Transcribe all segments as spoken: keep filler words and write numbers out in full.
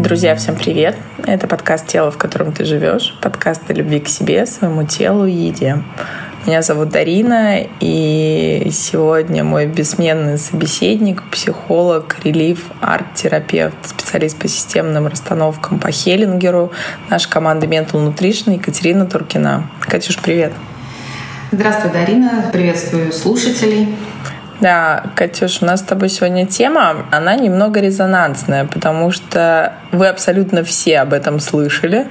Друзья, всем привет! Это подкаст «Тело, в котором ты живешь», подкаст о любви к себе, своему телу и еде. Меня зовут Дарина, и сегодня мой бессменный собеседник, психолог, релиф, арт-терапевт, специалист по системным расстановкам по Хеллингеру, наша команда Mental Nutrition Екатерина Туркина. Катюш, привет! Здравствуй, Дарина. Приветствую слушателей. Да, Катюш, у нас с тобой сегодня тема, она немного резонансная, потому что вы абсолютно все об этом слышали,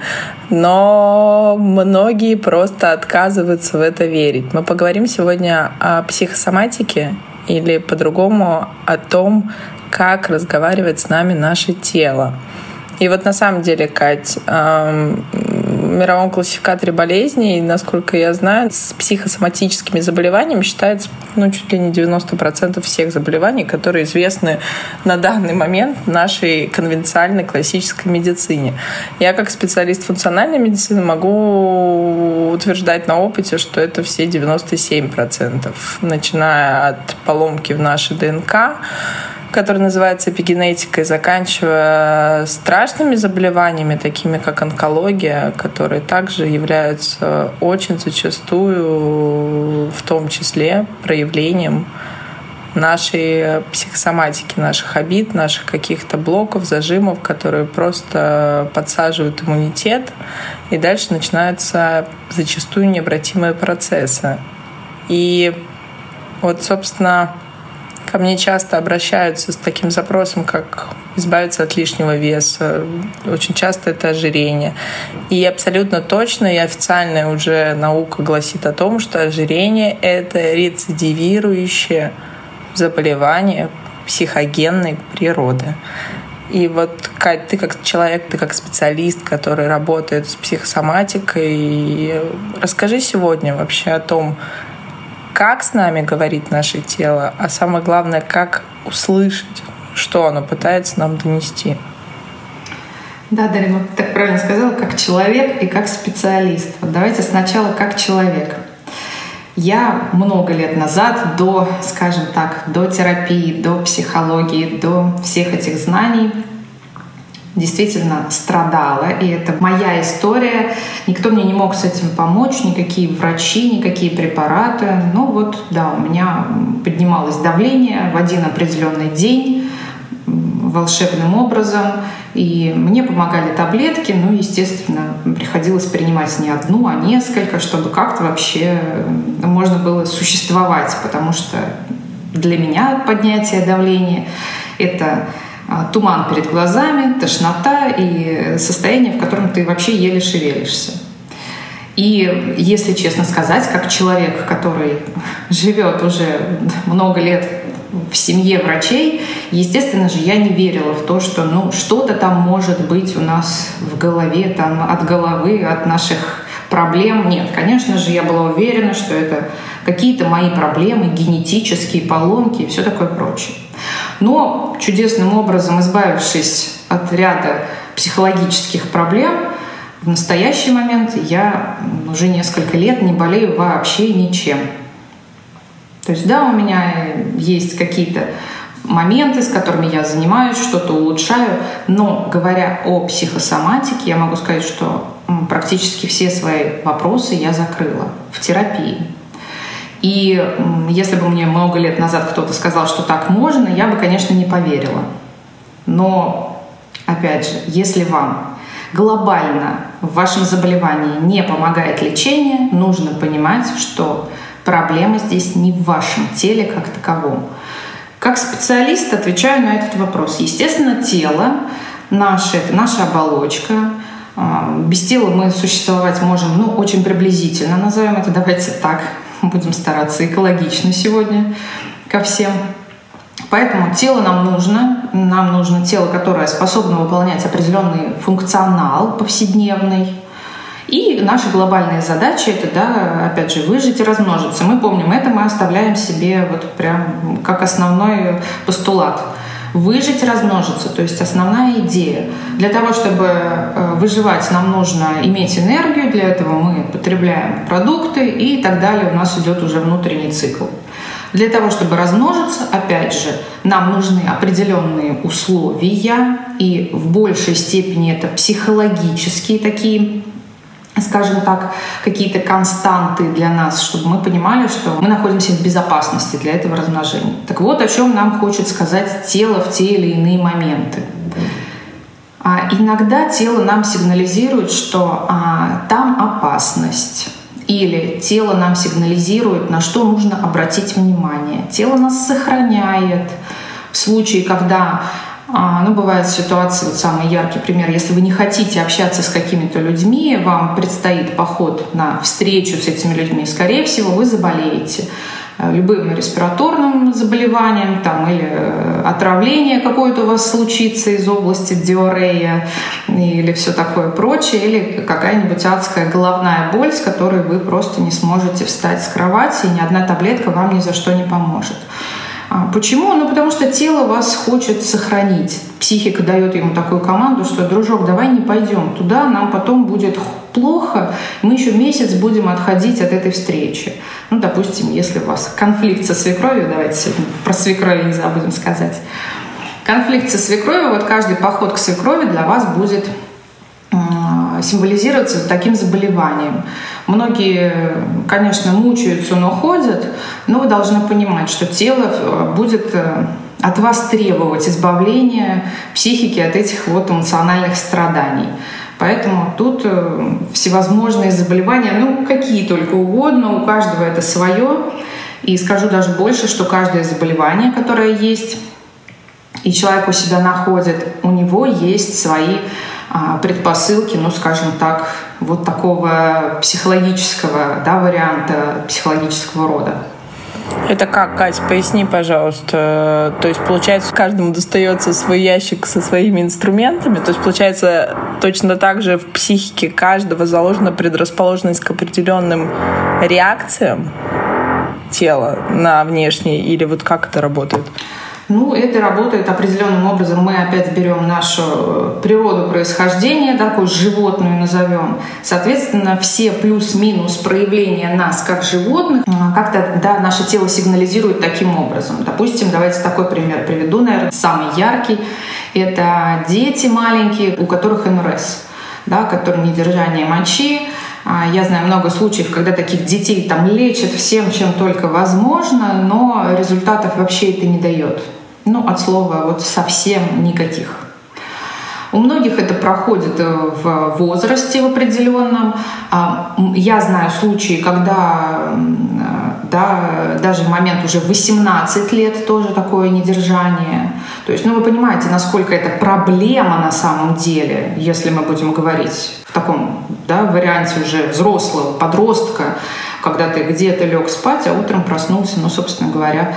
но многие просто отказываются в это верить. Мы поговорим сегодня о психосоматике или по-другому о том, как разговаривает с нами наше тело. И вот на самом деле, Кать, эм, в мировом классификаторе болезней, насколько я знаю, с психосоматическими заболеваниями считается ну, чуть ли не девяносто процентов всех заболеваний, которые известны на данный момент в нашей конвенциальной классической медицине. Я как специалист функциональной медицины могу утверждать на опыте, что это все девяносто семь процентов, начиная от поломки в нашей ДНК, который называется эпигенетикой, заканчивая страшными заболеваниями, такими как онкология, которые также являются очень зачастую, в том числе, проявлением нашей психосоматики, наших обид, наших каких-то блоков, зажимов, которые просто подсаживают иммунитет, и дальше начинаются зачастую необратимые процессы. И вот, собственно, ко мне часто обращаются с таким запросом, как избавиться от лишнего веса. Очень часто это ожирение. И абсолютно точно и официальная уже наука гласит о том, что ожирение — это рецидивирующее заболевание психогенной природы. И вот, Кать, ты как человек, ты как специалист, который работает с психосоматикой, расскажи сегодня вообще о том, как с нами говорит наше тело, а самое главное, как услышать, что оно пытается нам донести. Да, Дарина, ты так правильно сказала, как человек и как специалист. Вот давайте сначала как человек. Я много лет назад, до, скажем так, до терапии, до психологии, до всех этих знаний, действительно страдала, и это моя история. Никто мне не мог с этим помочь, никакие врачи, никакие препараты. Ну вот, да, у меня поднималось давление в один определенный день волшебным образом, и мне помогали таблетки, ну, естественно, приходилось принимать не одну, а несколько, чтобы как-то вообще можно было существовать, потому что для меня поднятие давления — это туман перед глазами, тошнота и состояние, в котором ты вообще еле шевелишься. И если честно сказать, как человек, который живет уже много лет в семье врачей, естественно же, я не верила в то, что ну, что-то там может быть у нас в голове, там, от головы, от наших проблем. Нет, конечно же, я была уверена, что это какие-то мои проблемы, генетические поломки и все такое прочее. Но чудесным образом, избавившись от ряда психологических проблем, в настоящий момент я уже несколько лет не болею вообще ничем. То есть да, у меня есть какие-то моменты, с которыми я занимаюсь, что-то улучшаю, но говоря о психосоматике, я могу сказать, что практически все свои вопросы я закрыла в терапии. И если бы мне много лет назад кто-то сказал, что так можно, я бы, конечно, не поверила. Но, опять же, если вам глобально в вашем заболевании не помогает лечение, нужно понимать, что проблема здесь не в вашем теле как таковом. Как специалист отвечаю на этот вопрос. Естественно, тело наше, это наша оболочка. Без тела мы существовать можем, ну, очень приблизительно, назовем это, давайте так. Будем стараться экологично сегодня ко всем. Поэтому тело нам нужно. Нам нужно тело, которое способно выполнять определенный функционал повседневный. И наши глобальные задачи — это, да, опять же, выжить и размножиться. Мы помним это, мы оставляем себе вот прям как основной постулат. Выжить и размножиться, то есть основная идея. Для того, чтобы выживать, нам нужно иметь энергию, для этого мы потребляем продукты и так далее, у нас идет уже внутренний цикл. Для того, чтобы размножиться, опять же, нам нужны определенные условия, и в большей степени это психологические такие, скажем так, какие-то константы для нас, чтобы мы понимали, что мы находимся в безопасности для этого размножения. Так вот, о чем нам хочет сказать тело в те или иные моменты. А иногда тело нам сигнализирует, что а, там опасность. Или тело нам сигнализирует, на что нужно обратить внимание. Тело нас сохраняет в случае, когда ну, бывает ситуация, вот самый яркий пример, если вы не хотите общаться с какими-то людьми, вам предстоит поход на встречу с этими людьми, скорее всего, вы заболеете любым респираторным заболеванием там, или отравление какое-то у вас случится из области диарея или все такое прочее, или какая-нибудь адская головная боль, с которой вы просто не сможете встать с кровати, и ни одна таблетка вам ни за что не поможет. Почему? Ну, потому что тело вас хочет сохранить. Психика дает ему такую команду, что, дружок, давай не пойдем туда, нам потом будет плохо, мы еще месяц будем отходить от этой встречи. Ну, допустим, если у вас конфликт со свекровью, давайте сегодня про свекровь не забудем сказать. Конфликт со свекровью, вот каждый поход к свекрови для вас будет символизироваться таким заболеванием. Многие, конечно, мучаются, но ходят, но вы должны понимать, что тело будет от вас требовать избавления психики от этих вот эмоциональных страданий. Поэтому тут всевозможные заболевания, ну, какие только угодно, у каждого это свое. И скажу даже больше, что каждое заболевание, которое есть, и человек у себя находит, у него есть свои предпосылки, ну, скажем так, вот такого психологического, да, варианта, психологического рода. Это как, Кать, поясни, пожалуйста. То есть, получается, каждому достается свой ящик со своими инструментами. То есть, получается, точно так же в психике каждого заложена предрасположенность к определенным реакциям тела на внешние, или вот как это работает? Ну, это работает определенным образом. Мы опять берем нашу природу происхождения, такую животную назовем. Соответственно, все плюс-минус проявления нас как животных как-то, да, наше тело сигнализирует таким образом. Допустим, давайте такой пример приведу, наверное, самый яркий. Это дети маленькие, у которых эн эр эс, да, которые недержание мочи. Я знаю много случаев, когда таких детей там лечат всем, чем только возможно, но результатов вообще это не дает. Ну, от слова вот совсем никаких. У многих это проходит в возрасте в определенном. Я знаю случаи, когда, да, даже в момент уже восемнадцать лет тоже такое недержание. То есть, ну, вы понимаете, насколько это проблема на самом деле, если мы будем говорить в таком, да, варианте уже взрослого подростка, когда ты где-то лег спать, а утром проснулся, ну, собственно говоря,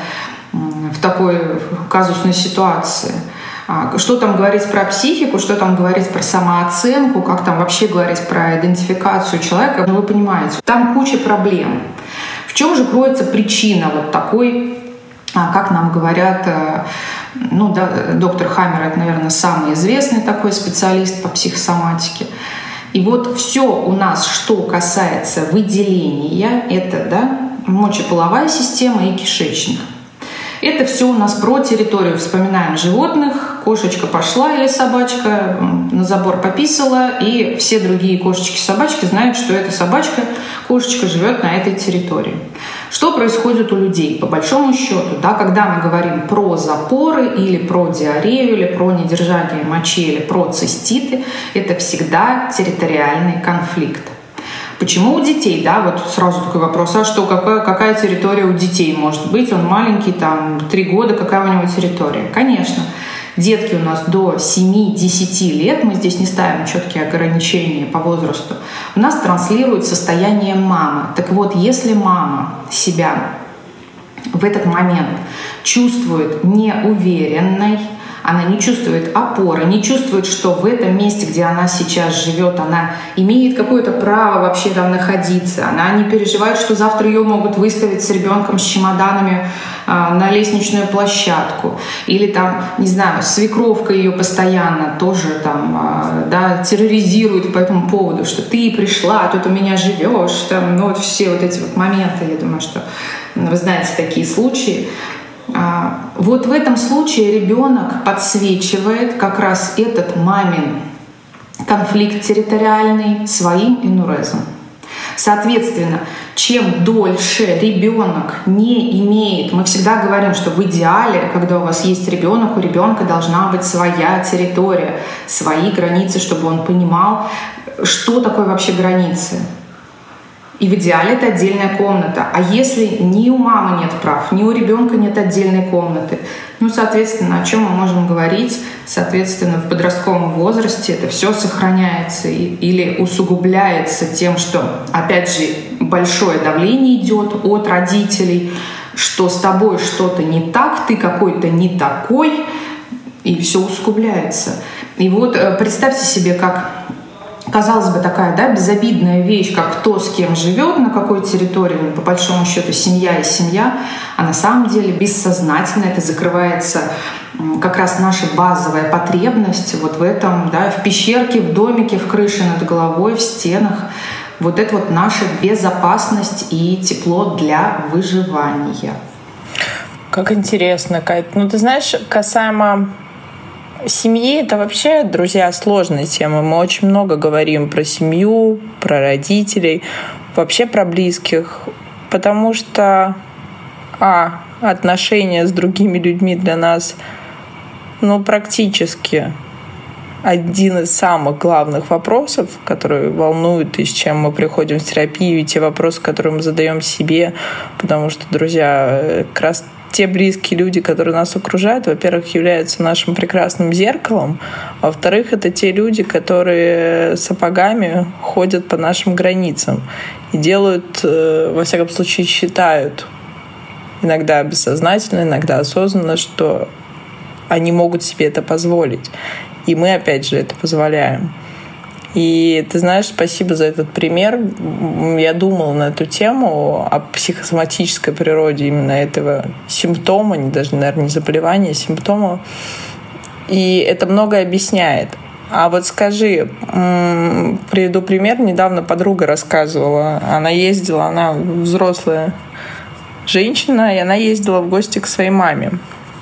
в такой казусной ситуации. Что там говорить про психику, что там говорить про самооценку, как там вообще говорить про идентификацию человека, ну, вы понимаете, там куча проблем. В чем же кроется причина вот такой, как нам говорят, ну, да, доктор Хаммер, это, наверное, самый известный такой специалист по психосоматике. И вот все у нас, что касается выделения, это, да, мочеполовая система и кишечник. Это все у нас про территорию. Вспоминаем животных. Кошечка пошла или собачка на забор пописала, и все другие кошечки-собачки знают, что эта собачка, кошечка живет на этой территории. Что происходит у людей? По большому счету, да, когда мы говорим про запоры или про диарею, или про недержание мочи, или про циститы, это всегда территориальный конфликт. Почему у детей, да, вот сразу такой вопрос, а что, какая, какая территория у детей может быть? Он маленький, там, три года, какая у него территория? Конечно, детки у нас до семи-десяти лет, мы здесь не ставим четкие ограничения по возрасту, у нас транслирует состояние мамы. Так вот, если мама себя в этот момент чувствует неуверенной, она не чувствует опоры, не чувствует, что в этом месте, где она сейчас живет, она имеет какое-то право вообще там находиться. Она не переживает, что завтра ее могут выставить с ребенком с чемоданами э, на лестничную площадку. Или там, не знаю, свекровка ее постоянно тоже там, э, да, терроризирует по этому поводу, что ты пришла, тут у меня живешь. Там, ну вот все вот эти вот моменты, я думаю, что вы знаете такие случаи. Вот в этом случае ребенок подсвечивает как раз этот мамин конфликт территориальный своим энурезом. Соответственно, чем дольше ребенок не имеет, мы всегда говорим, что в идеале, когда у вас есть ребенок, у ребенка должна быть своя территория, свои границы, чтобы он понимал, что такое вообще границы. И в идеале это отдельная комната. А если ни у мамы нет прав, ни у ребенка нет отдельной комнаты, ну, соответственно, о чем мы можем говорить? Соответственно, в подростковом возрасте это все сохраняется или усугубляется тем, что, опять же, большое давление идет от родителей, что с тобой что-то не так, ты какой-то не такой, и все усугубляется. И вот представьте себе, как... Казалось бы, такая, да, безобидная вещь, как кто с кем живет, на какой территории, по большому счету, семья и семья, а на самом деле бессознательно это закрывается как раз наша базовая потребность вот в этом, да, в пещерке, в домике, в крыше над головой, в стенах. Вот это вот наша безопасность и тепло для выживания. Как интересно, Кать. Ну, ты знаешь, касаемо семьи — это вообще, друзья, сложная тема. Мы очень много говорим про семью, про родителей, вообще про близких, потому что а, отношения с другими людьми для нас, ну, практически один из самых главных вопросов, которые волнуют и с чем мы приходим в терапию, и те вопросы, которые мы задаем себе, потому что, друзья, как раз те близкие люди, которые нас окружают, во-первых, являются нашим прекрасным зеркалом, а во-вторых, это те люди, которые сапогами ходят по нашим границам и делают, во всяком случае, считают, иногда бессознательно, иногда осознанно, что они могут себе это позволить. И мы, опять же, это позволяем. И ты знаешь, спасибо за этот пример. Я думала на эту тему, о психосоматической природе именно этого симптома, не даже, наверное, не заболевания, а симптома. И это многое объясняет. А вот скажи, приведу пример. Недавно подруга рассказывала. Она ездила, она взрослая женщина, и она ездила в гости к своей маме.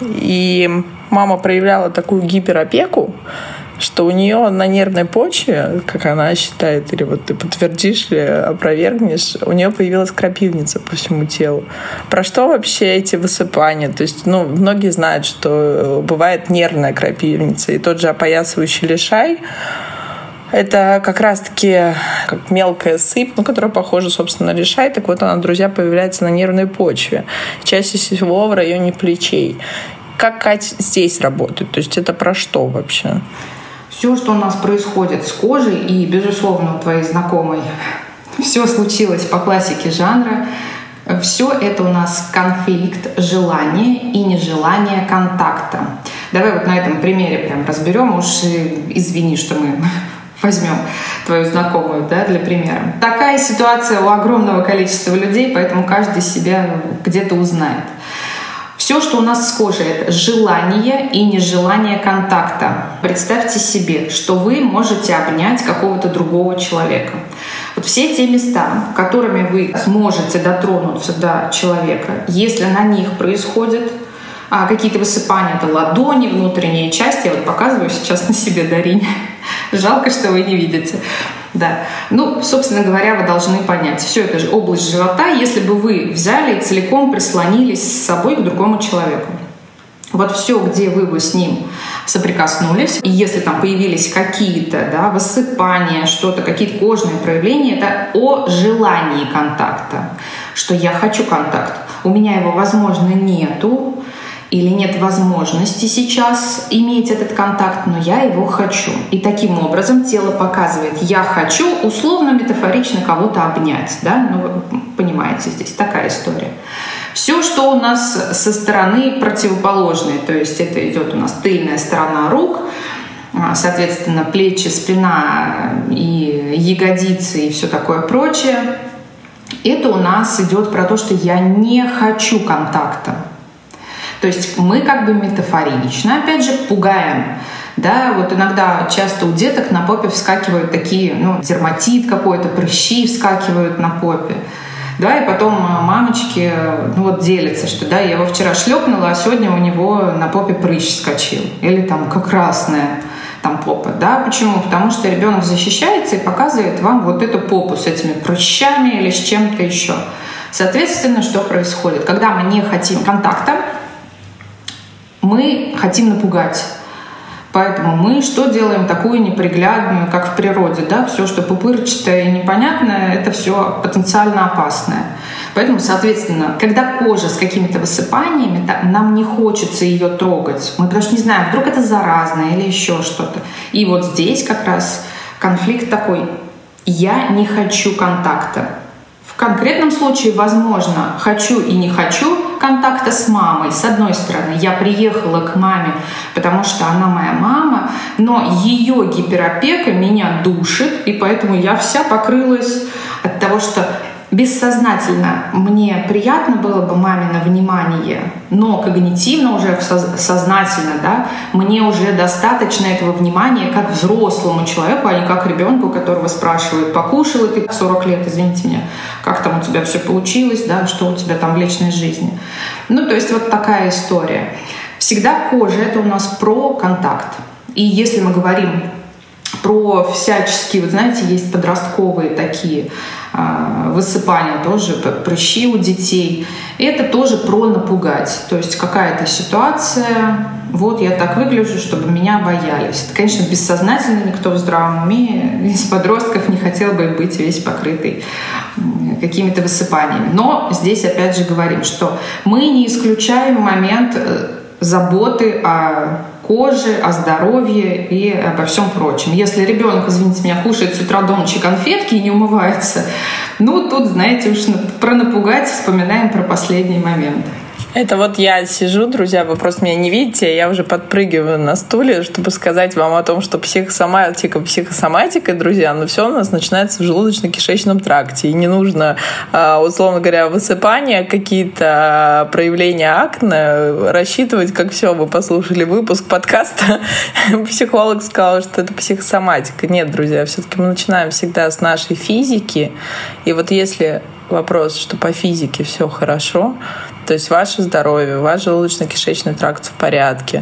И мама проявляла такую гиперопеку, что у нее на нервной почве, как она считает, или вот ты подтвердишь или опровергнешь, у нее появилась крапивница по всему телу. Про что вообще эти высыпания? То есть, ну, многие знают, что бывает нервная крапивница, и тот же опоясывающий лишай — это как раз-таки как мелкая сыпь, ну, которая похожа, собственно, на лишай. Так вот она, друзья, появляется на нервной почве. Чаще всего в районе плечей. Как, Кать, здесь работает? То есть это про что вообще? Все, что у нас происходит с кожей, и, безусловно, у твоей знакомой все случилось по классике жанра, все это у нас конфликт желания и нежелания контакта. Давай вот на этом примере прям разберем, уж извини, что мы возьмем твою знакомую, да, для примера. Такая ситуация у огромного количества людей, поэтому каждый себя где-то узнает. Все, что у нас с кожей, это желание и нежелание контакта. Представьте себе, что вы можете обнять какого-то другого человека. Вот все те места, которыми вы сможете дотронуться до человека, если на них происходят а, какие-то высыпания, это ладони, внутренние части, я вот показываю сейчас на себе, Дарине. Жалко, что вы не видите. Да. Ну, собственно говоря, вы должны понять, все это же область живота, если бы вы взяли и целиком прислонились с собой к другому человеку. Вот все, где вы бы с ним соприкоснулись, и если там появились какие-то, да, высыпания, что-то, какие-то кожные проявления, это о желании контакта, что я хочу контакт. У меня его, возможно, нету, или нет возможности сейчас иметь этот контакт, но я его хочу. И таким образом тело показывает: я хочу условно, метафорично кого-то обнять. Да? Ну, вы понимаете, здесь такая история. Все, что у нас со стороны противоположной, то есть это идет у нас тыльная сторона рук, соответственно, плечи, спина и ягодицы и все такое прочее, это у нас идет про то, что я не хочу контакта. То есть мы как бы метафорично, опять же, пугаем. Да, вот иногда часто у деток на попе вскакивают такие, ну, дерматит какой-то, прыщи вскакивают на попе. Да, и потом мамочки, ну вот делятся, что да, я его вчера шлепнула, а сегодня у него на попе прыщ скочил. Или там как красная там попа, да, почему? Потому что ребенок защищается и показывает вам вот эту попу с этими прыщами или с чем-то еще. Соответственно, что происходит? Когда мы не хотим контакта, мы хотим напугать. Поэтому мы что делаем такую неприглядную, как в природе, да, все, что пупырчатое и непонятное, это все потенциально опасное. Поэтому, соответственно, когда кожа с какими-то высыпаниями, да, нам не хочется ее трогать. Мы даже не знаем, вдруг это заразное или еще что-то. И вот здесь как раз конфликт такой: я не хочу контакта. В конкретном случае, возможно, хочу и не хочу контакта с мамой. С одной стороны, я приехала к маме, потому что она моя мама, но ее гиперопека меня душит, и поэтому я вся покрылась от того, что бессознательно мне приятно было бы мамино внимание, но когнитивно уже сознательно, да, мне уже достаточно этого внимания как взрослому человеку, а не как ребенку, которого спрашивают: покушала ты сорок лет, извините меня, как там у тебя все получилось, да, что у тебя там в личной жизни. Ну, то есть вот такая история. Всегда кожа — это у нас про контакт. И если мы говорим про всяческие, вот знаете, есть подростковые такие э, высыпания тоже, прыщи у детей. И это тоже про напугать. То есть какая-то ситуация, вот я так выгляжу, чтобы меня боялись. Это, конечно, бессознательно, никто в здравом уме из подростков не хотел бы быть весь покрытый какими-то высыпаниями. Но здесь опять же говорим, что мы не исключаем момент заботы о кожи, о здоровье и обо всем прочем. Если ребенок, извините меня, кушает с утра до ночи конфетки и не умывается, ну, тут, знаете, уж про напугать вспоминаем про последний момент. Это вот я сижу, друзья, вы просто меня не видите, я уже подпрыгиваю на стуле, чтобы сказать вам о том, что психосоматика, психосоматика, друзья, но все у нас начинается в желудочно-кишечном тракте. И не нужно, условно говоря, высыпания, какие-то проявления акне рассчитывать, как все, вы послушали выпуск подкаста, психолог сказал, что это психосоматика. Нет, друзья, все-таки мы начинаем всегда с нашей физики. И вот если вопрос, что по физике все хорошо, то есть ваше здоровье, ваш желудочно-кишечный тракт в порядке,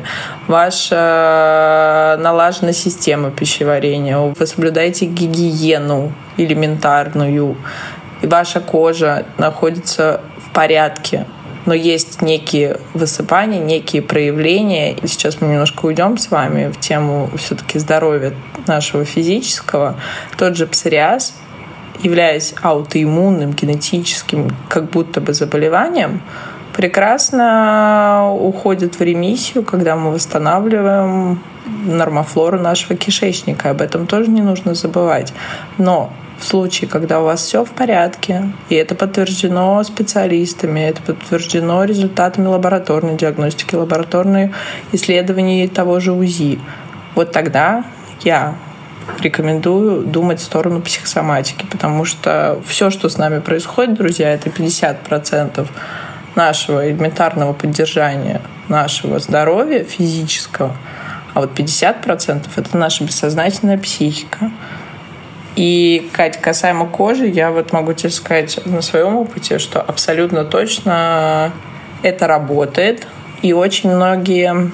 ваша налаженная система пищеварения, вы соблюдаете гигиену элементарную, и ваша кожа находится в порядке, но есть некие высыпания, некие проявления. И сейчас мы немножко уйдем с вами в тему все-таки здоровья нашего физического. Тот же псориаз, являясь аутоиммунным, генетическим, как будто бы заболеванием, прекрасно уходит в ремиссию, когда мы восстанавливаем нормофлору нашего кишечника. Об этом тоже не нужно забывать. Но в случае, когда у вас все в порядке, и это подтверждено специалистами, это подтверждено результатами лабораторной диагностики, лабораторных исследований того же УЗИ, вот тогда я рекомендую думать в сторону психосоматики, потому что все, что с нами происходит, друзья, это пятьдесят процентов нашего элементарного поддержания нашего здоровья физического, а вот пятьдесят процентов это наша бессознательная психика. И, Кать, касаемо кожи, я вот могу тебе сказать на своем опыте, что абсолютно точно это работает. И очень многие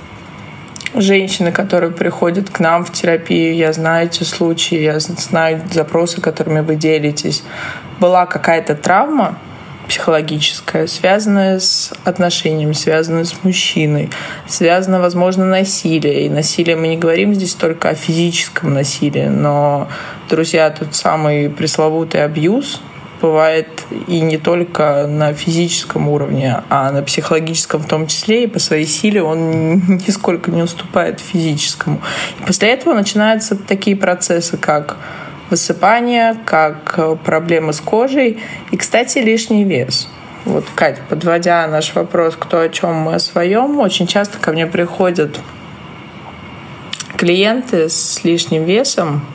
женщины, которые приходят к нам в терапию, я знаю эти случаи, я знаю запросы, которыми вы делитесь, была какая-то травма психологическая, связанная с отношениями, связанная с мужчиной, связанная, возможно, насилие. И насилие мы не говорим здесь только о физическом насилии, но, друзья, тут самый пресловутый абьюз бывает и не только на физическом уровне, а на психологическом в том числе, и по своей силе он нисколько не уступает физическому. И после этого начинаются такие процессы, как высыпание, как проблемы с кожей и, кстати, лишний вес. Вот, Кать, подводя наш вопрос, кто о чем, мы о своем, очень часто ко мне приходят клиенты с лишним весом,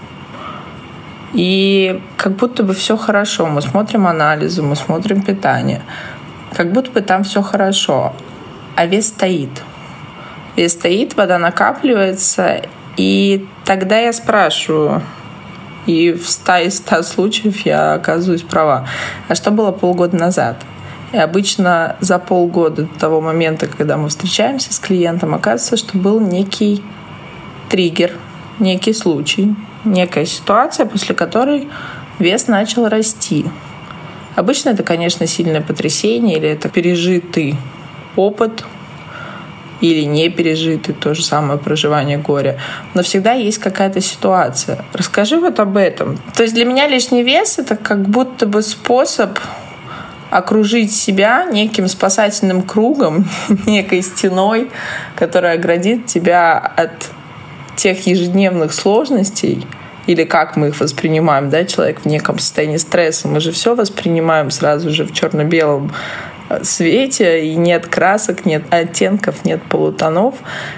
и как будто бы все хорошо. Мы смотрим анализы, мы смотрим питание. Как будто бы там все хорошо, а вес стоит. Вес стоит, вода накапливается, и тогда я спрашиваю: И в ста из ста случаев я оказываюсь права. А что было полгода назад? И обычно за полгода до того момента, когда мы встречаемся с клиентом, оказывается, что был некий триггер, некий случай, некая ситуация, после которой вес начал расти. Обычно это, конечно, сильное потрясение, или это пережитый опыт, или не пережитый, то же самое проживание горя. Но всегда есть какая-то ситуация. Расскажи вот об этом. То есть для меня лишний вес — это как будто бы способ окружить себя неким спасательным кругом, некой стеной, которая оградит тебя от тех ежедневных сложностей, или как мы их воспринимаем, да, человек в неком состоянии стресса. Мы же все воспринимаем сразу же в черно-белом свете, и нет красок, нет оттенков, нет полутонов.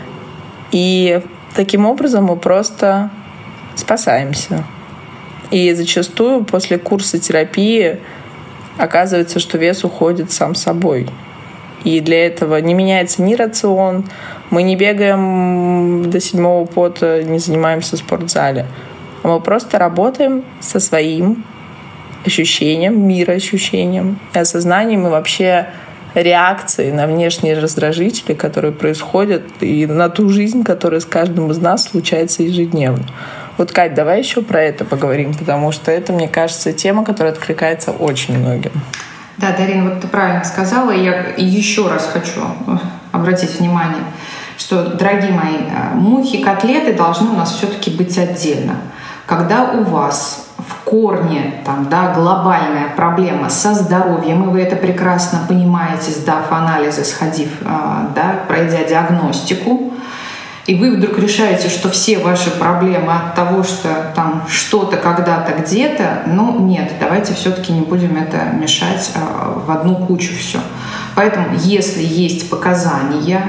И таким образом мы просто спасаемся. И зачастую после курса терапии оказывается, что вес уходит сам собой. И для этого не меняется ни рацион, мы не бегаем до седьмого пота, не занимаемся в спортзале. А мы просто работаем со своим ощущением, мироощущением и осознанием и вообще реакцией на внешние раздражители, которые происходят, и на ту жизнь, которая с каждым из нас случается ежедневно. Вот, Кать, давай еще про это поговорим, потому что это, мне кажется, тема, которая откликается очень многим. Да, Дарина, вот ты правильно сказала, и я еще раз хочу обратить внимание, что, дорогие мои, мухи, котлеты должны у нас все-таки быть отдельно. Когда у вас в корне там, да, глобальная проблема со здоровьем, и вы это прекрасно понимаете, сдав анализы, сходив, да, пройдя диагностику, и вы вдруг решаете, что все ваши проблемы от того, что там что-то когда-то где-то, ну нет, давайте все-таки не будем это мешать в одну кучу все. Поэтому, если есть показания,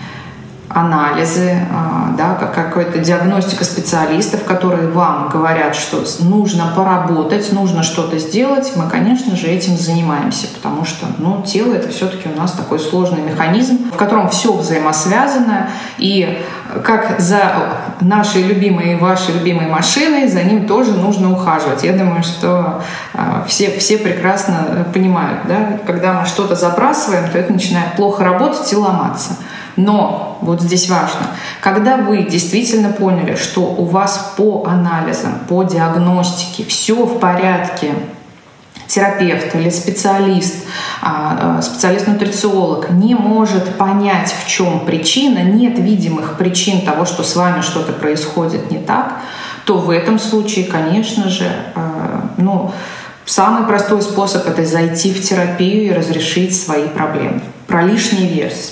анализы, да, какая-то диагностика специалистов, которые вам говорят, что нужно поработать, нужно что-то сделать, мы, конечно же, этим занимаемся, потому что ну, тело — это все-таки у нас такой сложный механизм, в котором все взаимосвязано, и как за нашей любимой и вашей любимой машиной, за ним тоже нужно ухаживать. Я думаю, что все, все прекрасно понимают, да? Когда мы что-то забрасываем, то это начинает плохо работать и ломаться. Но вот здесь важно, когда вы действительно поняли, что у вас по анализам, по диагностике все в порядке, терапевт или специалист, специалист-нутрициолог не может понять, в чем причина, нет видимых причин того, что с вами что-то происходит не так, то в этом случае, конечно же, ну, самый простой способ — это зайти в терапию и разрешить свои проблемы. Про лишний вес.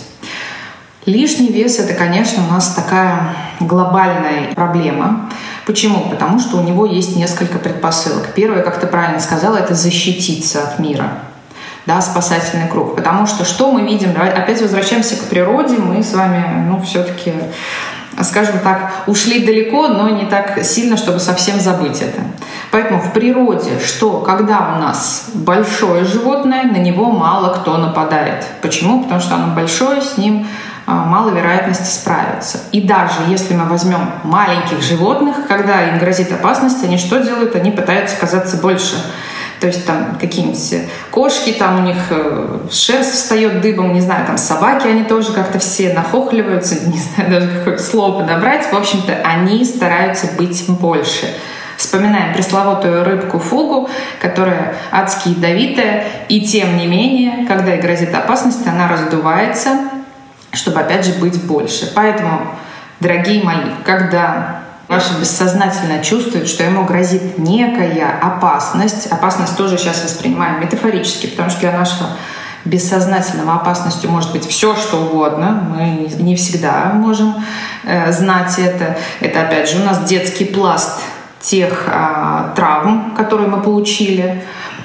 Лишний вес — это, конечно, у нас такая глобальная проблема. Почему? Потому что у него есть несколько предпосылок. Первое, как ты правильно сказала, это защититься от мира. Да, спасательный круг. Потому что что мы видим? Давай опять возвращаемся к природе. Мы с вами, ну, все-таки, скажем так, ушли далеко, но не так сильно, чтобы совсем забыть это. Поэтому в природе, что когда у нас большое животное, на него мало кто нападает. Почему? Потому что оно большое, с ним мало вероятности справиться. И даже если мы возьмем маленьких животных, когда им грозит опасность, они что делают? Они пытаются казаться больше. То есть там какие-нибудь кошки, там у них шерсть встает дыбом, не знаю, там собаки, они тоже как-то все нахохливаются, не знаю даже какое слово подобрать. В общем-то, они стараются быть больше. Вспоминаем пресловутую рыбку-фугу, которая адски ядовитая, и тем не менее, когда ей грозит опасность, она раздувается, чтобы, опять же, быть больше. Поэтому, дорогие мои, когда ваше бессознательное чувствует, что ему грозит некая опасность, опасность тоже сейчас воспринимаем метафорически, потому что для нашего бессознательного опасностью может быть все, что угодно. Мы не всегда можем э, знать это. Это, опять же, у нас детский пласт тех э, травм, которые мы получили.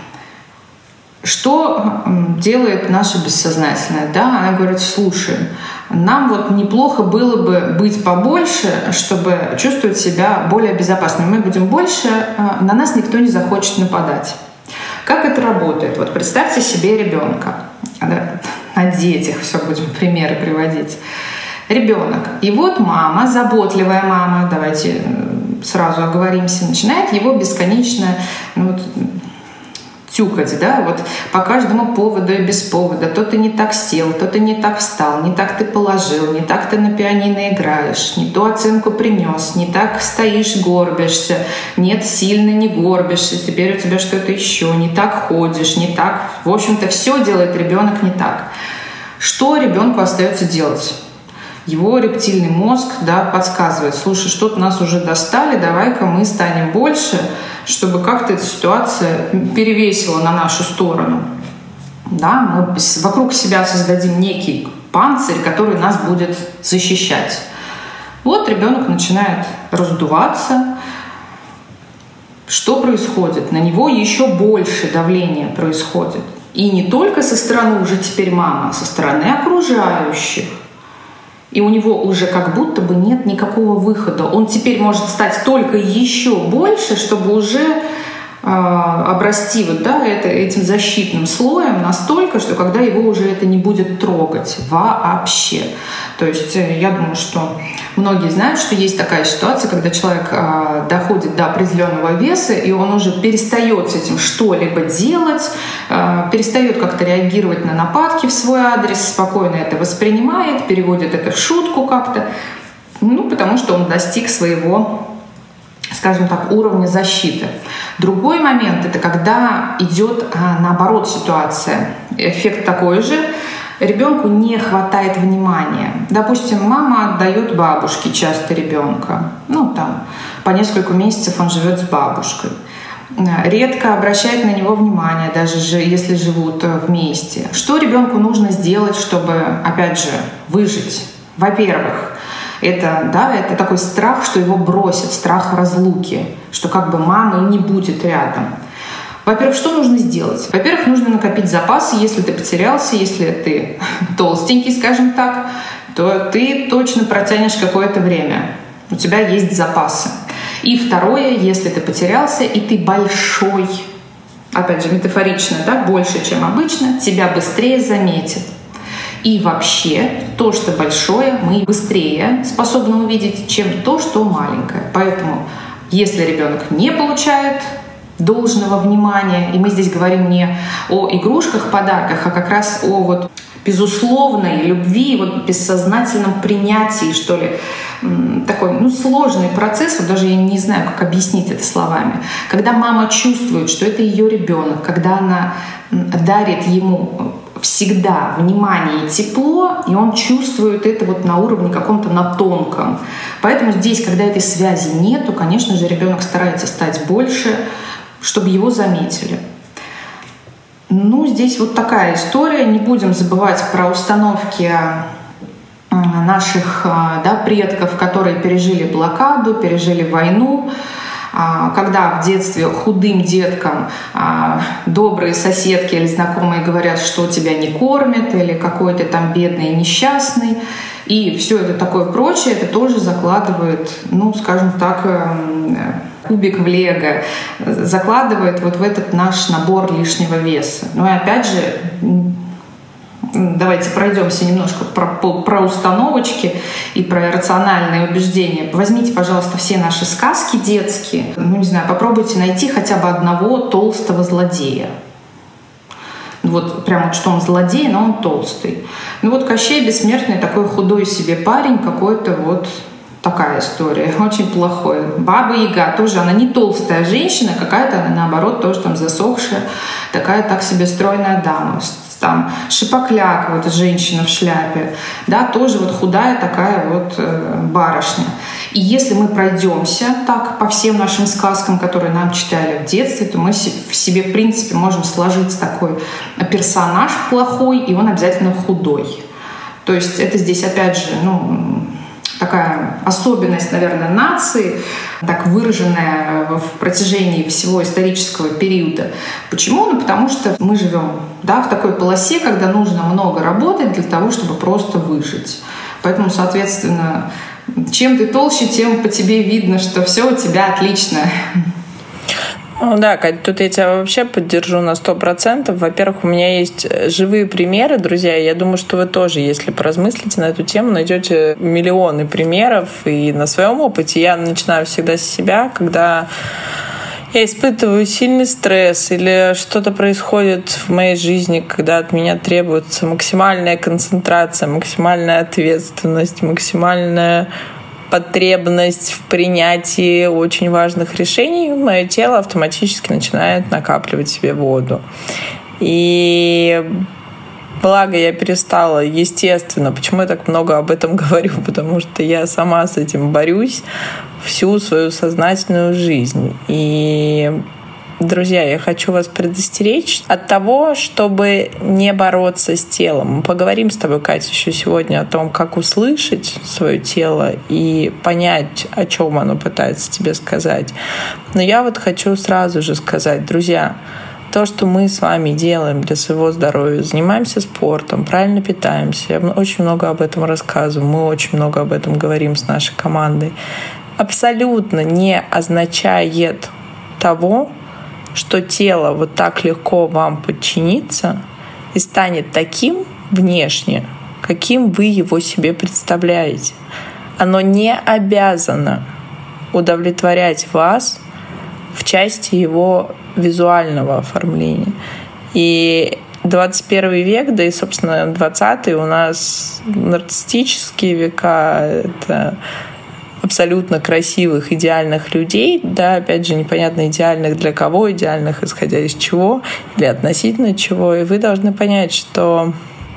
Что делает наше бессознательное? Да, она говорит: слушай, нам вот неплохо было бы быть побольше, чтобы чувствовать себя более безопасными. Мы будем больше, на нас никто не захочет нападать. Как это работает? Вот представьте себе ребенка. Да, на детях все будем примеры приводить. Ребенок. И вот мама, заботливая мама, давайте сразу оговоримся, начинает его бесконечно ну, вот, тюкать, да, вот по каждому поводу и без повода. То ты не так сел, то ты не так встал, не так ты положил, не так ты на пианино играешь, не ту оценку принес, не так стоишь, горбишься, нет, сильно не горбишься, теперь у тебя что-то еще, не так ходишь, не так. В общем-то, все делает ребенок не так. Что ребенку остается делать? Его рептильный мозг, да, подсказывает: слушай, что-то нас уже достали, давай-ка мы станем больше, чтобы как-то эта ситуация перевесила на нашу сторону. Да, мы вокруг себя создадим некий панцирь, который нас будет защищать. Вот ребенок начинает раздуваться. Что происходит? На него еще больше давления происходит. И не только со стороны уже теперь мамы, а со стороны окружающих. И у него уже как будто бы нет никакого выхода. Он теперь может стать только еще больше, чтобы уже э, обрасти вот, да, это, этим защитным слоем настолько, что когда его уже это не будет трогать вообще. То есть я думаю, что многие знают, что есть такая ситуация, когда человек э, доходит до определенного веса, и он уже перестает с этим что-либо делать, э, перестает как-то реагировать на нападки в свой адрес, спокойно это воспринимает, переводит это в шутку как-то, ну, потому что он достиг своего, скажем так, уровня защиты. Другой момент — это когда идет а, наоборот ситуация. Эффект такой же. Ребенку не хватает внимания. Допустим, мама отдает бабушке часто ребенка. Ну, там, по несколько месяцев он живет с бабушкой. Редко обращает на него внимание, даже если живут вместе. Что ребенку нужно сделать, чтобы, опять же, выжить? Во-первых, это, да, это такой страх, что его бросят, страх разлуки, что как бы мамы не будет рядом. Во-первых, что нужно сделать? Во-первых, нужно накопить запасы. Если ты потерялся, если ты толстенький, скажем так, то ты точно протянешь какое-то время. У тебя есть запасы. И второе, если ты потерялся, и ты большой, опять же, метафорично, да, больше, чем обычно, тебя быстрее заметят. И вообще, то, что большое, мы быстрее способны увидеть, чем то, что маленькое. Поэтому, если ребенок не получает должного внимания, и мы здесь говорим не о игрушках, подарках, а как раз о вот безусловной любви, вот бессознательном принятии, что ли, такой, ну, сложный процесс, вот даже я не знаю, как объяснить это словами. Когда мама чувствует, что это ее ребенок, когда она дарит ему всегда внимание и тепло, и он чувствует это вот на уровне каком-то на тонком. Поэтому здесь, когда этой связи нету, конечно же, ребенок старается стать больше, чтобы его заметили. Ну, здесь вот такая история. Не будем забывать про установки наших, да, предков, которые пережили блокаду, пережили войну, когда в детстве худым деткам добрые соседки или знакомые говорят, что тебя не кормят, или какой ты там бедный и несчастный. И все это такое прочее, это тоже закладывает, ну, скажем так, кубик в лего, закладывает вот в этот наш набор лишнего веса. Ну и опять же, давайте пройдемся немножко про, про установочки и про рациональные убеждения. Возьмите, пожалуйста, все наши сказки детские. Ну, не знаю, попробуйте найти хотя бы одного толстого злодея. Вот прям вот, что он злодей, но он толстый. Ну вот Кощей Бессмертный такой худой себе парень, какой-то вот такая история, очень плохой. Баба Яга тоже, она не толстая женщина, какая-то она, наоборот, тоже там засохшая, такая так себе стройная дама. Там Шипокляк, вот женщина в шляпе, да, тоже вот худая такая вот э, барышня. И если мы пройдемся так по всем нашим сказкам, которые нам читали в детстве, то мы в себе, в принципе, можем сложить такой персонаж плохой, и он обязательно худой. То есть это здесь, опять же, ну, такая особенность, наверное, нации, так выраженная в протяжении всего исторического периода. Почему? Ну, потому что мы живем, да, в такой полосе, когда нужно много работать для того, чтобы просто выжить. Поэтому, соответственно, чем ты толще, тем по тебе видно, что все у тебя отлично. Ну да, Кать, тут я тебя вообще поддержу на сто процентов. Во-первых, у меня есть живые примеры, друзья. Я думаю, что вы тоже, если поразмыслите на эту тему, найдете миллионы примеров. И на своем опыте я начинаю всегда с себя, когда я испытываю сильный стресс или что-то происходит в моей жизни, когда от меня требуется максимальная концентрация, максимальная ответственность, максимальная потребность в принятии очень важных решений, мое тело автоматически начинает накапливать себе воду. И благо я перестала, естественно, почему я так много об этом говорю, потому что я сама с этим борюсь всю свою сознательную жизнь. И друзья, я хочу вас предостеречь от того, чтобы не бороться с телом. Мы поговорим с тобой, Катя, еще сегодня о том, как услышать свое тело и понять, о чем оно пытается тебе сказать. Но я вот хочу сразу же сказать, друзья, то, что мы с вами делаем для своего здоровья, занимаемся спортом, правильно питаемся, я очень много об этом рассказываю, мы очень много об этом говорим с нашей командой, абсолютно не означает того, что тело вот так легко вам подчинится и станет таким внешне, каким вы его себе представляете. Оно не обязано удовлетворять вас в части его визуального оформления. И двадцать первый век, да и, собственно, двадцатый у нас нарциссические века, это абсолютно красивых, идеальных людей, да, опять же, непонятно, идеальных для кого, идеальных исходя из чего или относительно чего, и вы должны понять, что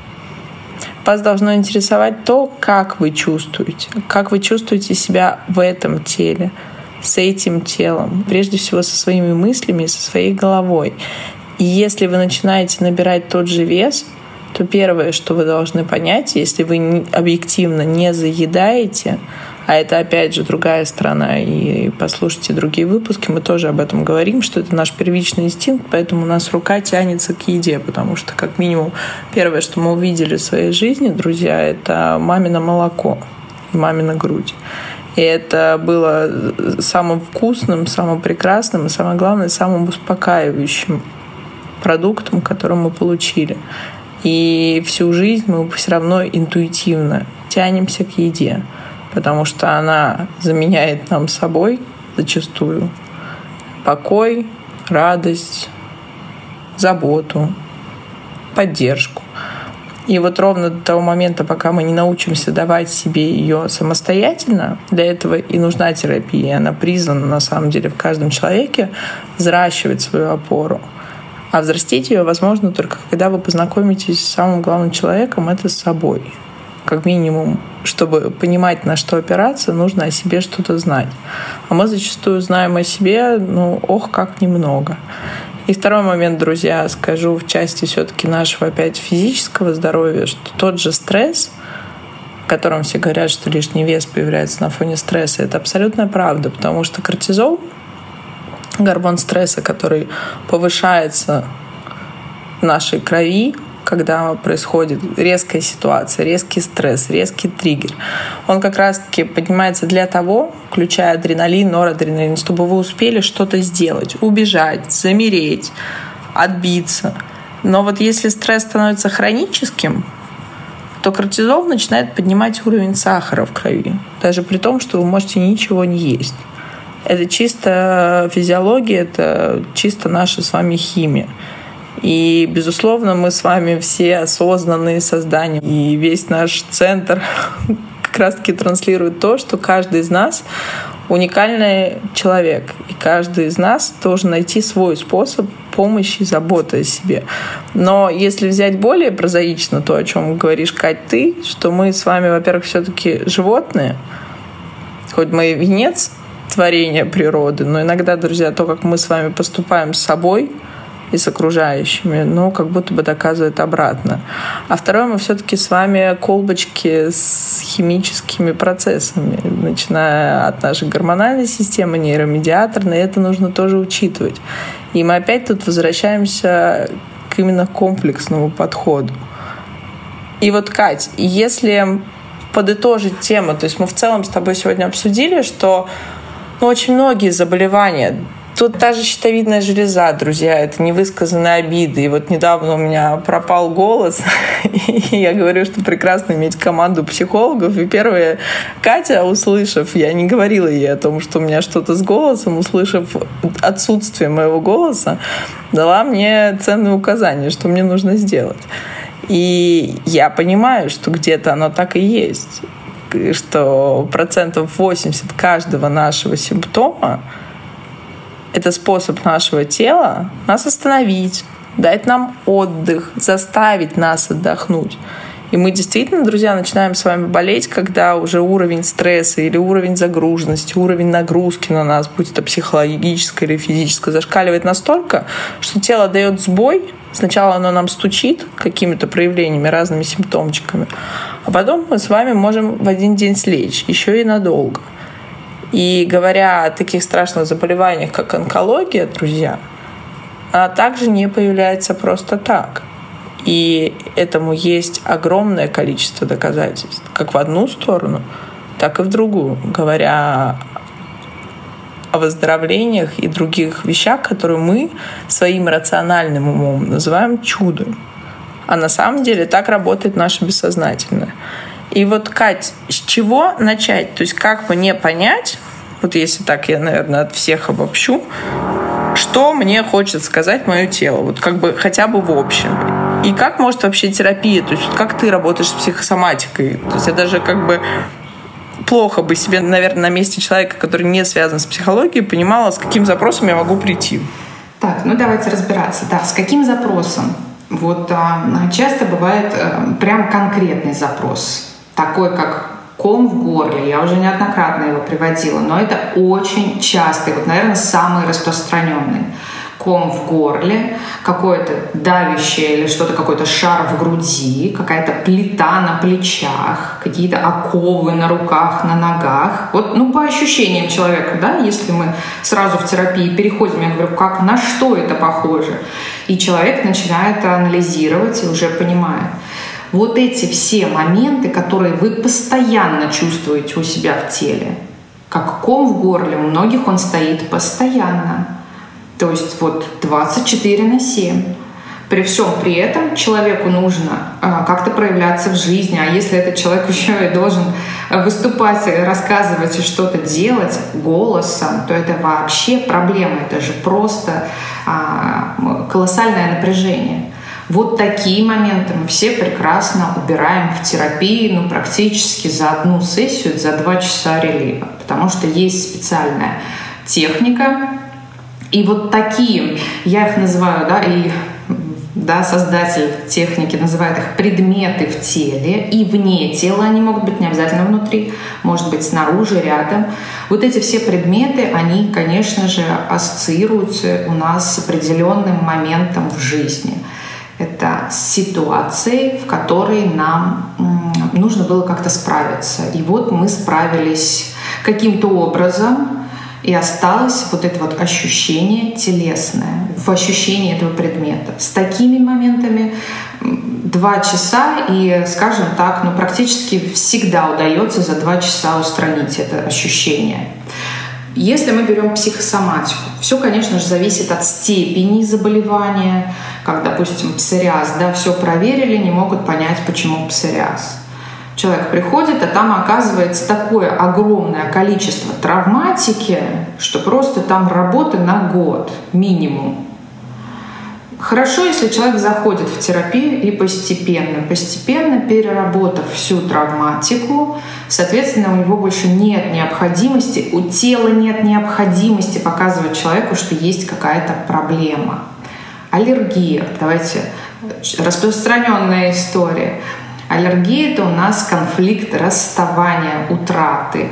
вас должно интересовать то, как вы чувствуете, как вы чувствуете себя в этом теле, с этим телом, прежде всего со своими мыслями, со своей головой. И если вы начинаете набирать тот же вес, то первое, что вы должны понять, если вы объективно не заедаете, а это, опять же, другая сторона, и послушайте другие выпуски, мы тоже об этом говорим, что это наш первичный инстинкт, поэтому у нас рука тянется к еде, потому что, как минимум, первое, что мы увидели в своей жизни, друзья, это мамино молоко и мамина грудь. И это было самым вкусным, самым прекрасным и, самое главное, самым успокаивающим продуктом, который мы получили. И всю жизнь мы все равно интуитивно тянемся к еде, потому что она заменяет нам собой зачастую покой, радость, заботу, поддержку. И вот ровно до того момента, пока мы не научимся давать себе ее самостоятельно, для этого и нужна терапия. Она призвана, на самом деле, в каждом человеке взращивать свою опору. А взрастить ее возможно только когда вы познакомитесь с самым главным человеком — это с собой. Как минимум, чтобы понимать, на что опираться, нужно о себе что-то знать. А мы зачастую знаем о себе, ну, ох, как немного. И второй момент, друзья, скажу в части все-таки нашего опять физического здоровья, что тот же стресс, о котором все говорят, что лишний вес появляется на фоне стресса, это абсолютная правда, потому что кортизол, гормон стресса, который повышается в нашей крови, когда происходит резкая ситуация, резкий стресс, резкий триггер, он как раз-таки поднимается для того, включая адреналин, норадреналин, чтобы вы успели что-то сделать, убежать, замереть, отбиться. Но вот если стресс становится хроническим, то кортизол начинает поднимать уровень сахара в крови, даже при том, что вы можете ничего не есть. Это чисто физиология, это чисто наша с вами химия. И, безусловно, мы с вами все осознанные создания. И весь наш центр как раз-таки транслирует то, что каждый из нас уникальный человек. И каждый из нас должен найти свой способ помощи и заботы о себе. Но если взять более прозаично то, о чем говоришь, Кать, ты, что мы с вами, во-первых, все-таки животные, хоть мы и венец творения природы, но иногда, друзья, то, как мы с вами поступаем с собой и с окружающими, ну, как будто бы доказывает обратно. А второе, мы все-таки с вами колбочки с химическими процессами, начиная от нашей гормональной системы, нейромедиаторной, это нужно тоже учитывать. И мы опять тут возвращаемся к именно комплексному подходу. И вот, Кать, если подытожить тему, то есть мы в целом с тобой сегодня обсудили, что ну, очень многие заболевания Тут та же щитовидная железа, друзья, это невысказанные обиды. И вот недавно у меня пропал голос, и я говорю, что прекрасно иметь команду психологов. И первая Катя, услышав, я не говорила ей о том, что у меня что-то с голосом, услышав отсутствие моего голоса, дала мне ценные указания, что мне нужно сделать. И я понимаю, что где-то оно так и есть, что процентов восемьдесят каждого нашего симптома это способ нашего тела нас остановить, дать нам отдых, заставить нас отдохнуть. И мы действительно, друзья, начинаем с вами болеть, когда уже уровень стресса или уровень загруженности, уровень нагрузки на нас, будь это психологическое или физическое, зашкаливает настолько, что тело дает сбой. Сначала оно нам стучит какими-то проявлениями, разными симптомчиками, а потом мы с вами можем в один день слечь, еще и надолго. И говоря о таких страшных заболеваниях, как онкология, друзья, она также не появляется просто так. И этому есть огромное количество доказательств, как в одну сторону, так и в другую, говоря о выздоровлениях и других вещах, которые мы своим рациональным умом называем чудом. А на самом деле так работает наше бессознательное. И вот, Кать, с чего начать? То есть как мне понять, вот если так я, наверное, от всех обобщу, что мне хочет сказать мое тело, вот как бы хотя бы в общем. И как может вообще терапия, то есть как ты работаешь с психосоматикой? То есть я даже как бы плохо бы себе, наверное, на месте человека, который не связан с психологией, понимала, с каким запросом я могу прийти. Так, ну давайте разбираться. Да, с каким запросом? Вот а, часто бывает а, прям конкретный запрос. Такой, как ком в горле. Я уже неоднократно его приводила, но это очень частый, вот, наверное, самый распространенный. Ком в горле, какое-то давящее или что-то, какой-то шар в груди, какая-то плита на плечах, какие-то оковы на руках, на ногах. Вот, ну, по ощущениям человека, да, если мы сразу в терапии переходим, я говорю, как, на что это похоже? И человек начинает анализировать и уже понимает. Вот эти все моменты, которые вы постоянно чувствуете у себя в теле, как ком в горле, у многих он стоит постоянно. То есть вот двадцать четыре на семь. При всем при этом человеку нужно а, как-то проявляться в жизни. А если этот человек еще и должен выступать, рассказывать и что-то делать голосом, то это вообще проблема. Это же просто а, колоссальное напряжение. Вот такие моменты мы все прекрасно убираем в терапии, ну, практически за одну сессию, за два часа релива. Потому что есть специальная техника. И вот такие, я их называю, да, и да, создатель техники называет их предметы в теле и вне тела, они могут быть не обязательно внутри, может быть снаружи, рядом. Вот эти все предметы, они, конечно же, ассоциируются у нас с определенным моментом в жизни. Это ситуацией, в которой нам нужно было как-то справиться. И вот мы справились каким-то образом, и осталось вот это вот ощущение телесное в ощущении этого предмета. С такими моментами два часа, и, скажем так, ну, практически всегда удается за два часа устранить это ощущение. Если мы берем психосоматику, все, конечно же, зависит от степени заболевания. Как, допустим, псориаз, да, все проверили, не могут понять, почему псориаз. Человек приходит, а там оказывается такое огромное количество травматики, что просто там работы на год минимум. Хорошо, если человек заходит в терапию и постепенно, постепенно переработав всю травматику, соответственно, у него больше нет необходимости, у тела нет необходимости показывать человеку, что есть какая-то проблема. Аллергия. Давайте, распространенная история. Аллергия — это у нас конфликт расставания, утраты.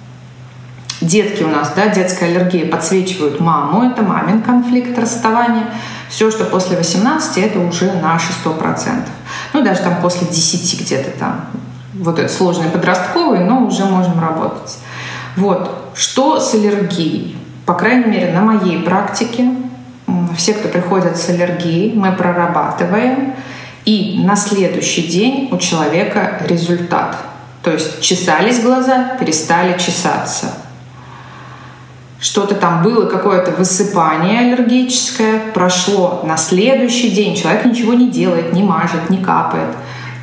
Детки у нас, да, детская аллергия подсвечивают маму, это мамин конфликт расставания. Все, что после восемнадцати, это уже наши сто процентов. Ну, даже там после десяти где-то там. Вот это сложный подростковый, но уже можем работать. Вот. Что с аллергией? По крайней мере, на моей практике, все, кто приходят с аллергией, мы прорабатываем, и на следующий день у человека результат. То есть чесались глаза, перестали чесаться. что-то там было, какое-то высыпание аллергическое, прошло на следующий день, человек ничего не делает, не мажет, не капает.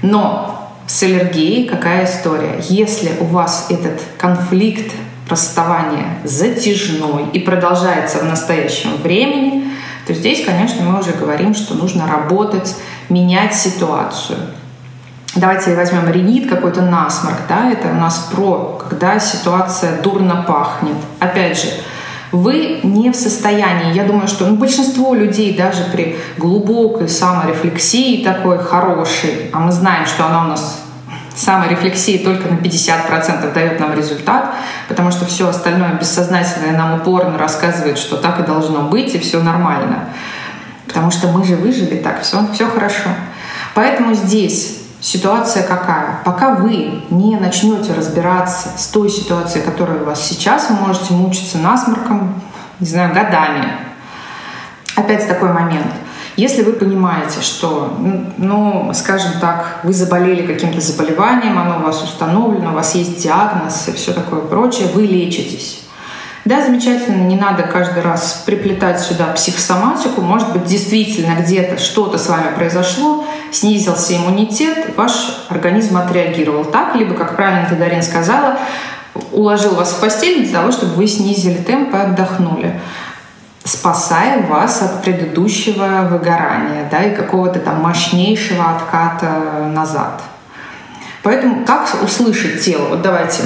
Но с аллергией какая история? Если у вас этот конфликт расставания затяжной и продолжается в настоящем времени, то здесь, конечно, мы уже говорим, что нужно работать, менять ситуацию. Давайте возьмем ринит, какой-то насморк, да, это у нас про, когда ситуация дурно пахнет. Опять же, вы не в состоянии, я думаю, что ну, большинство людей даже при глубокой саморефлексии такой хорошей, а мы знаем, что она у нас саморефлексия только на пятьдесят процентов дает нам результат, потому что все остальное бессознательное нам упорно рассказывает, что так и должно быть, и все нормально. Потому что мы же выжили так, все, все хорошо. Поэтому здесь ситуация какая? Пока вы не начнете разбираться с той ситуацией, которая у вас сейчас, вы можете мучиться насморком, не знаю, годами. Опять такой момент. Если вы понимаете, что, ну, скажем так, вы заболели каким-то заболеванием, оно у вас установлено, у вас есть диагноз и все такое прочее, вы лечитесь. Да, замечательно, не надо каждый раз приплетать сюда психосоматику. Может быть, действительно где-то что-то с вами произошло, снизился иммунитет, ваш организм отреагировал так, либо, как правильно ты, Дарин, сказала, уложил вас в постель для того, чтобы вы снизили темп и отдохнули, спасая вас от предыдущего выгорания, да, и какого-то там мощнейшего отката назад. Поэтому как услышать тело? Вот давайте...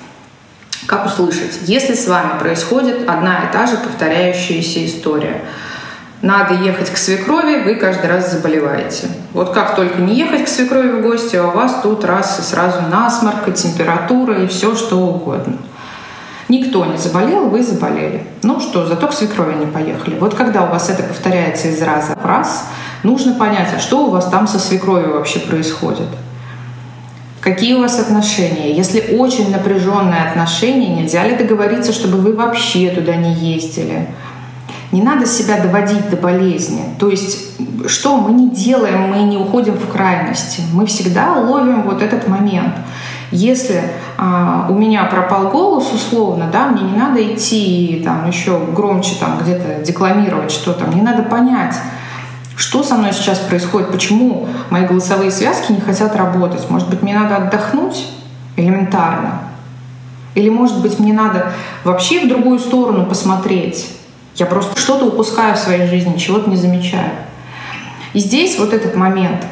Как услышать? Если с вами происходит одна и та же повторяющаяся история. Надо ехать к свекрови, вы каждый раз заболеваете. Вот как только не ехать к свекрови в гости, а у вас тут раз и сразу насморк, и температура, и все что угодно. Никто не заболел, вы заболели. Ну что, зато к свекрови не поехали. Вот когда у вас это повторяется из раза в раз, нужно понять, а что у вас там со свекровью вообще происходит. Какие у вас отношения? Если очень напряженные отношения, нельзя ли договориться, чтобы вы вообще туда не ездили? Не надо себя доводить до болезни. То есть, что мы не делаем, мы не уходим в крайности. Мы всегда ловим вот этот момент. Если а, у меня пропал голос, условно, да, мне не надо идти там еще громче там где-то декламировать что-то. Мне надо понять, что со мной сейчас происходит, почему мои голосовые связки не хотят работать. Может быть, мне надо отдохнуть элементарно? Или, может быть, мне надо вообще в другую сторону посмотреть? Я просто что-то упускаю в своей жизни, чего-то не замечаю. И здесь вот этот момент,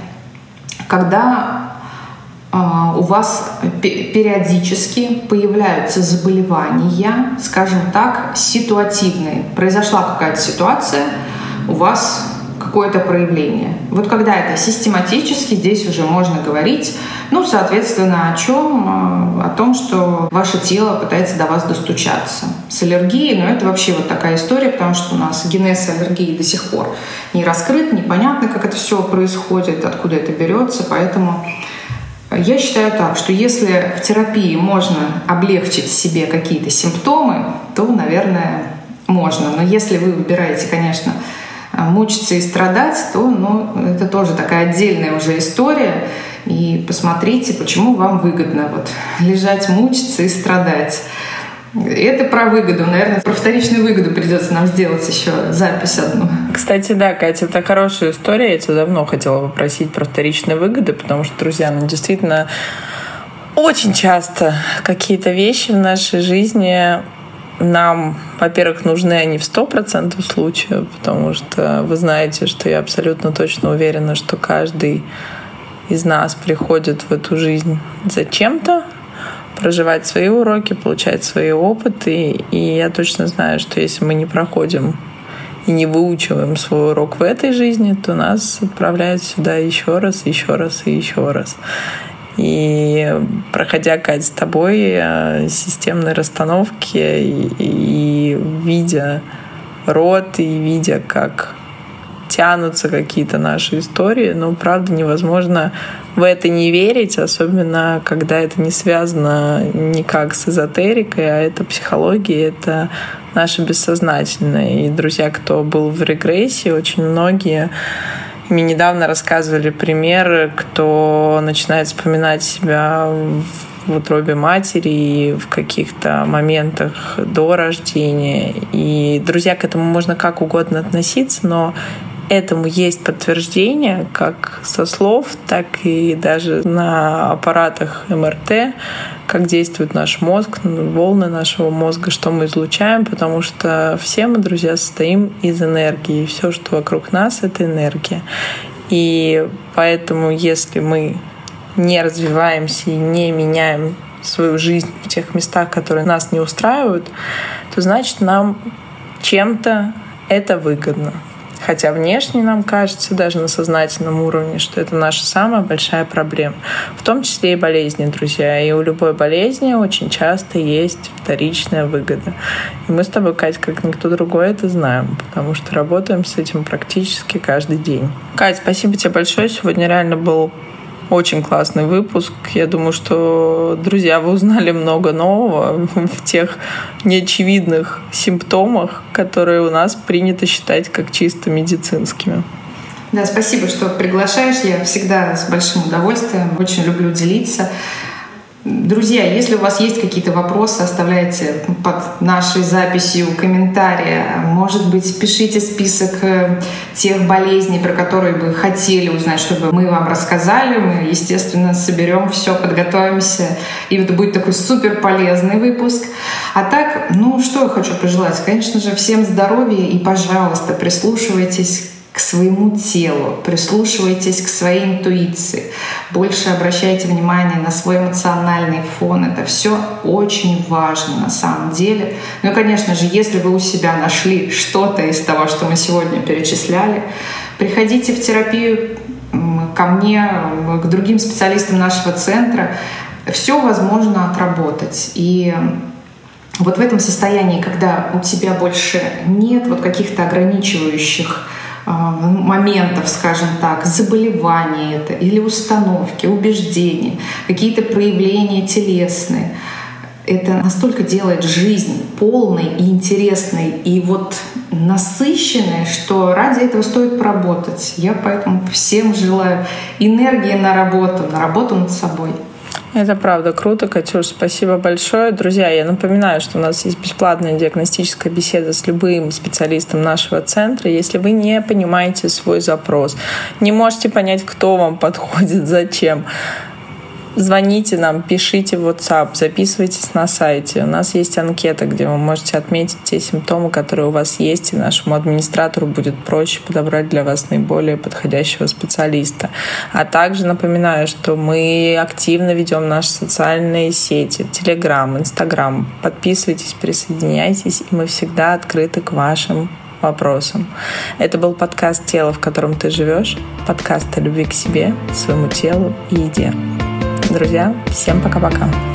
когда э, у вас периодически появляются заболевания, скажем так, ситуативные. Произошла какая-то ситуация, у вас какое-то проявление. Вот когда это систематически, здесь уже можно говорить, ну, соответственно, о чем? О том, что ваше тело пытается до вас достучаться. С аллергией, но это вообще вот такая история, потому что у нас генез аллергии до сих пор не раскрыт, непонятно, как это все происходит, откуда это берется, поэтому я считаю так, что если в терапии можно облегчить себе какие-то симптомы, то, наверное, можно. Но если вы выбираете, конечно, мучиться и страдать, то ну, это тоже такая отдельная уже история. И посмотрите, почему вам выгодно вот лежать, мучиться и страдать. Это про выгоду. Наверное, про вторичную выгоду придется нам сделать еще запись одну. Кстати, да, Катя, это хорошая история. Я тебя давно хотела попросить про вторичные выгоды, потому что, друзья, ну действительно очень часто какие-то вещи в нашей жизни нам, во-первых, нужны они в сто процентов случаев, потому что вы знаете, что я абсолютно точно уверена, что каждый из нас приходит в эту жизнь зачем-то, проживать свои уроки, получать свои опыты. И я точно знаю, что если мы не проходим и не выучиваем свой урок в этой жизни, то нас отправляют сюда еще раз, еще раз и еще раз. И проходя, Кать, с тобой системные расстановки и, и видя род, и видя, как тянутся какие-то наши истории, ну, правда, невозможно в это не верить, особенно когда это не связано никак с эзотерикой, а это психология, это наше бессознательное. И, друзья, кто был в регрессии, очень многие мне недавно рассказывали примеры, кто начинает вспоминать себя в утробе матери и в каких-то моментах до рождения. И, друзья, к этому можно как угодно относиться, но этому есть подтверждение как со слов, так и даже на аппаратах эм эр тэ, как действует наш мозг, волны нашего мозга, что мы излучаем, потому что все мы, друзья, состоим из энергии. Все, что вокруг нас, — это энергия. И поэтому, если мы не развиваемся и не меняем свою жизнь в тех местах, которые нас не устраивают, то значит, нам чем-то это выгодно. Хотя внешне нам кажется, даже на сознательном уровне, что это наша самая большая проблема. В том числе и болезни, друзья. И у любой болезни очень часто есть вторичная выгода. И мы с тобой, Кать, как никто другой это знаем, потому что работаем с этим практически каждый день. Кать, спасибо тебе большое. Сегодня реально был очень классный выпуск. Я думаю, что, друзья, вы узнали много нового в тех неочевидных симптомах, которые у нас принято считать как чисто медицинскими. Да, спасибо, что приглашаешь. Я всегда с большим удовольствием. Очень люблю делиться. Друзья, если у вас есть какие-то вопросы, оставляйте под нашей записью комментарии. Может быть, пишите список тех болезней, про которые вы хотели узнать, чтобы мы вам рассказали. Мы, естественно, соберем все, подготовимся. И это будет такой супер полезный выпуск. А так, ну что я хочу пожелать? Конечно же, всем здоровья и, пожалуйста, прислушивайтесь к своему телу, прислушивайтесь к своей интуиции, больше обращайте внимание на свой эмоциональный фон. Это все очень важно на самом деле. Ну и, конечно же, если вы у себя нашли что-то из того, что мы сегодня перечисляли, приходите в терапию ко мне, к другим специалистам нашего центра. Все возможно отработать. И вот в этом состоянии, когда у тебя больше нет вот каких-то ограничивающих моментов, скажем так, заболевания это, или установки, убеждения, какие-то проявления телесные. Это настолько делает жизнь полной и интересной, и вот насыщенной, что ради этого стоит поработать. Я поэтому всем желаю энергии на работу, на работу над собой. Это правда круто, Катюш, спасибо большое. Друзья, я напоминаю, что у нас есть бесплатная диагностическая беседа с любым специалистом нашего центра. Если вы не понимаете свой запрос, не можете понять, кто вам подходит, зачем, звоните нам, пишите в WhatsApp, записывайтесь на сайте. У нас есть анкета, где вы можете отметить те симптомы, которые у вас есть, и нашему администратору будет проще подобрать для вас наиболее подходящего специалиста. А также напоминаю, что мы активно ведем наши социальные сети, Telegram, Instagram. Подписывайтесь, присоединяйтесь, и мы всегда открыты к вашим вопросам. Это был подкаст «Тело, в котором ты живешь», подкаст о любви к себе, своему телу и еде. Друзья, всем пока-пока.